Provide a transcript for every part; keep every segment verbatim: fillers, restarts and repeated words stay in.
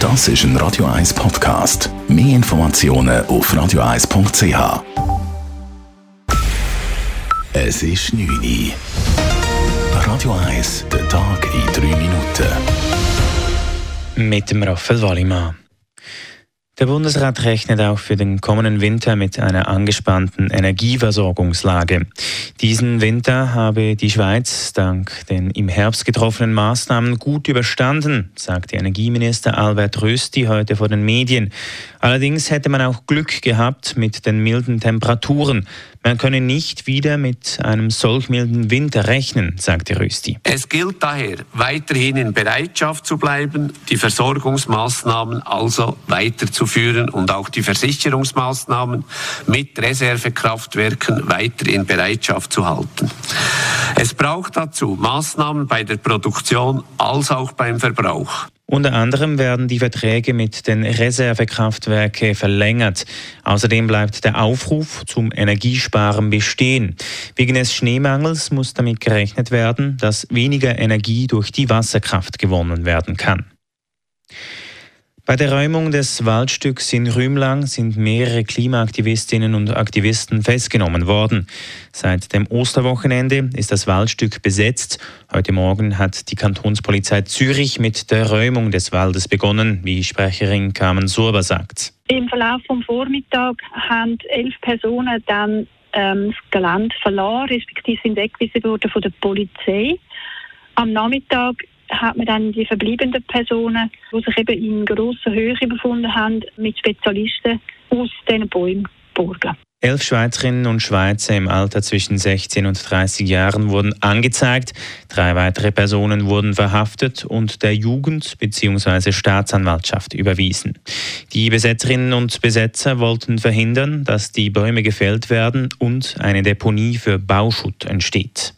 Das ist ein Radio eins Podcast. Mehr Informationen auf radio eins punkt c h. Es ist neun Uhr. Radio eins, der Tag in drei Minuten. Mit dem Raphael Wallimann. Der Bundesrat rechnet auch für den kommenden Winter mit einer angespannten Energieversorgungslage. Diesen Winter habe die Schweiz dank den im Herbst getroffenen Maßnahmen gut überstanden, sagte Energieminister Albert Rösti heute vor den Medien. Allerdings hätte man auch Glück gehabt mit den milden Temperaturen. Man könne nicht wieder mit einem solch milden Winter rechnen, sagte Rösti. Es gilt daher, weiterhin in Bereitschaft zu bleiben, die Versorgungsmaßnahmen also weiterzuführen und auch die Versicherungsmaßnahmen mit Reservekraftwerken weiter in Bereitschaft zu halten. Es braucht dazu Maßnahmen bei der Produktion als auch beim Verbrauch. Unter anderem werden die Verträge mit den Reservekraftwerken verlängert. Außerdem bleibt der Aufruf zum Energiesparen bestehen. Wegen des Schneemangels muss damit gerechnet werden, dass weniger Energie durch die Wasserkraft gewonnen werden kann. Bei der Räumung des Waldstücks in Rümlang sind mehrere Klimaaktivistinnen und Aktivisten festgenommen worden. Seit dem Osterwochenende ist das Waldstück besetzt. Heute Morgen hat die Kantonspolizei Zürich mit der Räumung des Waldes begonnen, wie Sprecherin Carmen Surber sagt. Im Verlauf des Vormittags haben elf Personen dann ähm, das Gelände verlassen, respektive sind weggewiesen worden von der Polizei. Am Nachmittag hat man dann die verbleibenden Personen, die sich eben in grosser Höhe befunden haben, mit Spezialisten aus diesen Bäumen geborgen. Elf Schweizerinnen und Schweizer im Alter zwischen sechzehn und dreißig Jahren wurden angezeigt. Drei weitere Personen wurden verhaftet und der Jugend- bzw. Staatsanwaltschaft überwiesen. Die Besetzerinnen und Besetzer wollten verhindern, dass die Bäume gefällt werden und eine Deponie für Bauschutt entsteht.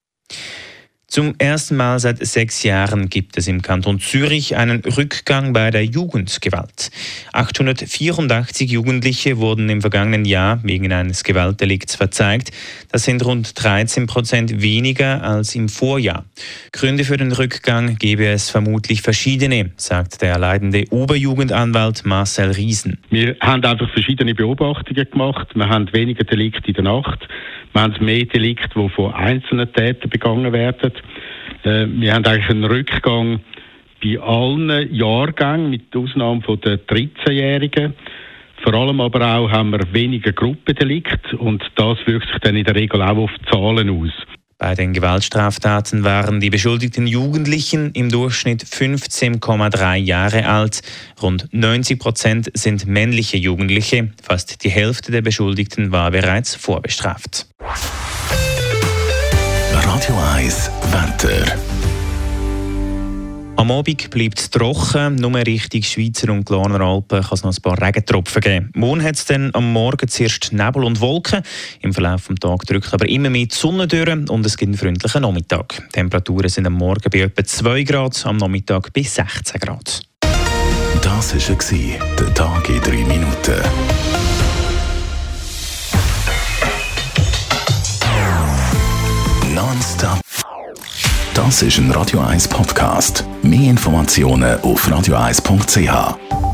Zum ersten Mal seit sechs Jahren gibt es im Kanton Zürich einen Rückgang bei der Jugendgewalt. achthundertvierundachtzig Jugendliche wurden im vergangenen Jahr wegen eines Gewaltdelikts verzeigt. Das sind rund dreizehn Prozent weniger als im Vorjahr. Gründe für den Rückgang gebe es vermutlich verschiedene, sagt der leitende Oberjugendanwalt Marcel Riesen. Wir haben einfach verschiedene Beobachtungen gemacht. Wir haben weniger Delikte in der Nacht. Wir haben mehr Delikte, die von einzelnen Tätern begangen werden. Wir haben eigentlich einen Rückgang bei allen Jahrgängen, mit Ausnahme der dreizehnjährigen. Vor allem aber auch haben wir weniger Gruppendelikte und das wirkt sich dann in der Regel auch auf die Zahlen aus. Bei den Gewaltstraftaten waren die beschuldigten Jugendlichen im Durchschnitt fünfzehn Komma drei Jahre alt. Rund neunzig Prozent sind männliche Jugendliche. Fast die Hälfte der Beschuldigten war bereits vorbestraft. Radio eins Wetter. Am Abend bleibt es trocken, nur Richtung Schweizer und Glarner Alpen kann es noch ein paar Regentropfen geben. Morgen hat es dann am Morgen zuerst Nebel und Wolken. Im Verlauf des Tages drückt aber immer mehr die Sonne durch und es gibt einen freundlichen Nachmittag. Die Temperaturen sind am Morgen bei etwa zwei Grad, am Nachmittag bis sechzehn Grad. Das war der Tag in drei Minuten. Nonstop. Das ist ein Radio eins Podcast. Mehr Informationen auf radio eins punkt c h.